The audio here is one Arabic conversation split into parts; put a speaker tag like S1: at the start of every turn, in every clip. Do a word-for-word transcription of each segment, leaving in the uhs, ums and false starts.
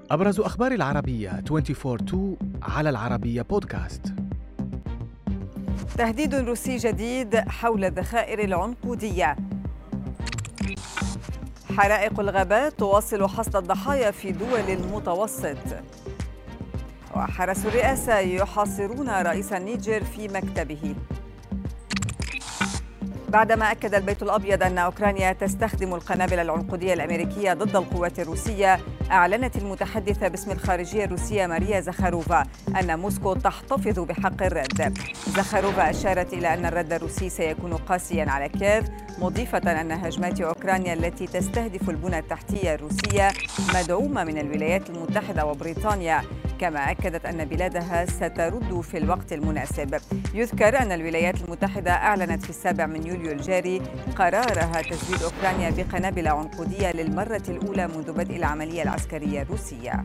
S1: أبرز أخبار العربية أربعة وعشرين اثنين على العربية بودكاست.
S2: تهديد روسي جديد حول الذخائر العنقودية. حرائق الغابات تواصل حصد الضحايا في دول المتوسط. وحرس الرئاسة يحاصرون رئيس النيجر في مكتبه. بعدما أكد البيت الأبيض أن أوكرانيا تستخدم القنابل العنقودية الأمريكية ضد القوات الروسية، أعلنت المتحدثة باسم الخارجية الروسية ماريا زخاروفا أن موسكو تحتفظ بحق الرد. زخاروفا أشارت إلى أن الرد الروسي سيكون قاسياً على كييف، مضيفة أن هجمات أوكرانيا التي تستهدف البنى التحتية الروسية مدعومة من الولايات المتحدة وبريطانيا، كما أكدت أن بلادها سترد في الوقت المناسب. يذكر أن الولايات المتحدة أعلنت في السابع من يوليو الجاري قرارها تزويد أوكرانيا بقنابل عنقودية للمرة الأولى منذ بدء العملية العسكرية الروسية.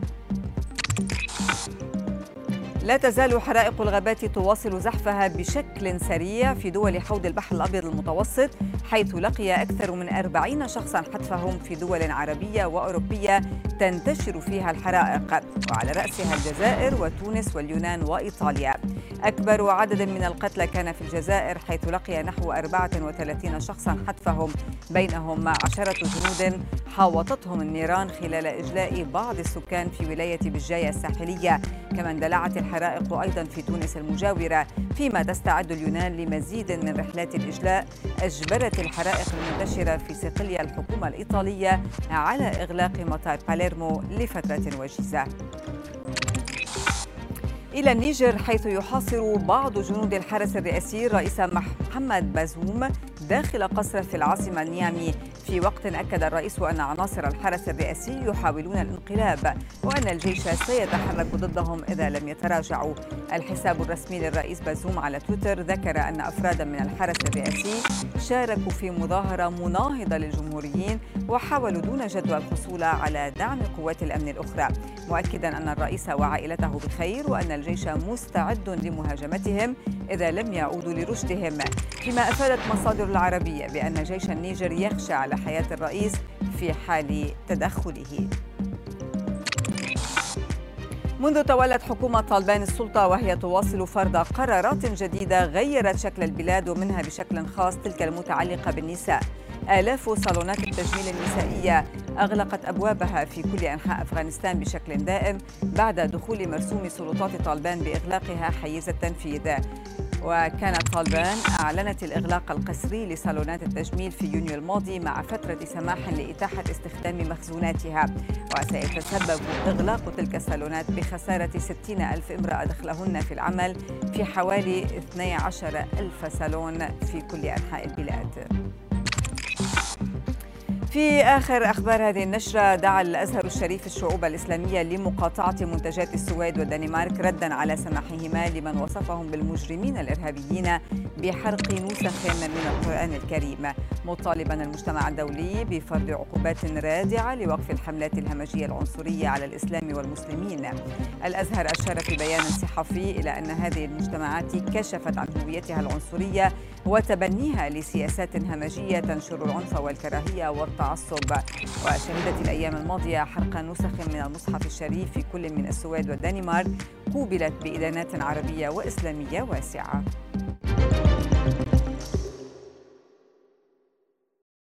S2: لا تزال حرائق الغابات تواصل زحفها بشكل سريع في دول حوض البحر الأبيض المتوسط، حيث لقي أكثر من أربعين شخصاً حتفهم في دول عربية وأوروبية تنتشر فيها الحرائق، وعلى رأسها الجزائر وتونس واليونان وإيطاليا. أكبر عدد من القتلى كان في الجزائر، حيث لقي نحو أربعة وثلاثين شخصاً حتفهم، بينهم عشرة جنود حاوطتهم النيران خلال إجلاء بعض السكان في ولاية بجاية الساحلية. كما اندلعت الحرائق أيضاً في تونس المجاورة، فيما تستعد اليونان لمزيد من رحلات الإجلاء. أجبرت الحرائق المنتشرة في صقلية الحكومة الإيطالية على إغلاق مطار باليرمو لفترة وجيزة. إلى النيجر، حيث يحاصر بعض جنود الحرس الرئاسي الرئيس محمد بازوم داخل قصر في العاصمة نيامي، في وقت أكد الرئيس أن عناصر الحرس الرئاسي يحاولون الانقلاب وأن الجيش سيتحرك ضدهم إذا لم يتراجعوا. الحساب الرسمي للرئيس بازوم على تويتر ذكر أن أفرادا من الحرس الرئاسي شاركوا في مظاهرة مناهضة للجمهوريين وحاولوا دون جدوى الحصول على دعم قوات الأمن الأخرى، مؤكدا أن الرئيس وعائلته بخير وأن الجيش مستعد لمهاجمتهم إذا لم يعودوا لرشدهم. فيما أفادت مصادر العربية بأن جيش النيجر يخشى على حياة الرئيس في حال تدخله. منذ تولت حكومة طالبان السلطة وهي تواصل فرض قرارات جديدة غيرت شكل البلاد، ومنها بشكل خاص تلك المتعلقة بالنساء. آلاف صالونات التجميل النسائية أغلقت أبوابها في كل أنحاء أفغانستان بشكل دائم بعد دخول مرسوم سلطات طالبان بإغلاقها حيز التنفيذ. وكانت طالبان أعلنت الإغلاق القسري لصالونات التجميل في يونيو الماضي مع فترة سماح لإتاحة استخدام مخزوناتها، وسيتسبب إغلاق تلك الصالونات بخسارة ستين ألف امرأة دخلهن في العمل في حوالي اثني عشر ألف صالون في كل أنحاء البلاد. في آخر أخبار هذه النشرة، دعا الأزهر الشريف الشعوب الإسلامية لمقاطعة منتجات السويد والدنمارك رداً على سماحهما لمن وصفهم بالمجرمين الإرهابيين بحرق نسخ من القرآن الكريم، مطالباً المجتمع الدولي بفرض عقوبات رادعة لوقف الحملات الهمجية العنصرية على الإسلام والمسلمين. الأزهر أشار في بيان صحفي إلى أن هذه المجتمعات كشفت عن هويتها العنصرية وتبنيها لسياسات همجية تنشر العنف والكراهية والتعصب. وشهدت الأيام الماضية حرق نسخ من المصحف الشريف في كل من السويد والدنمارك، قوبلت بإدانات عربية وإسلامية واسعة.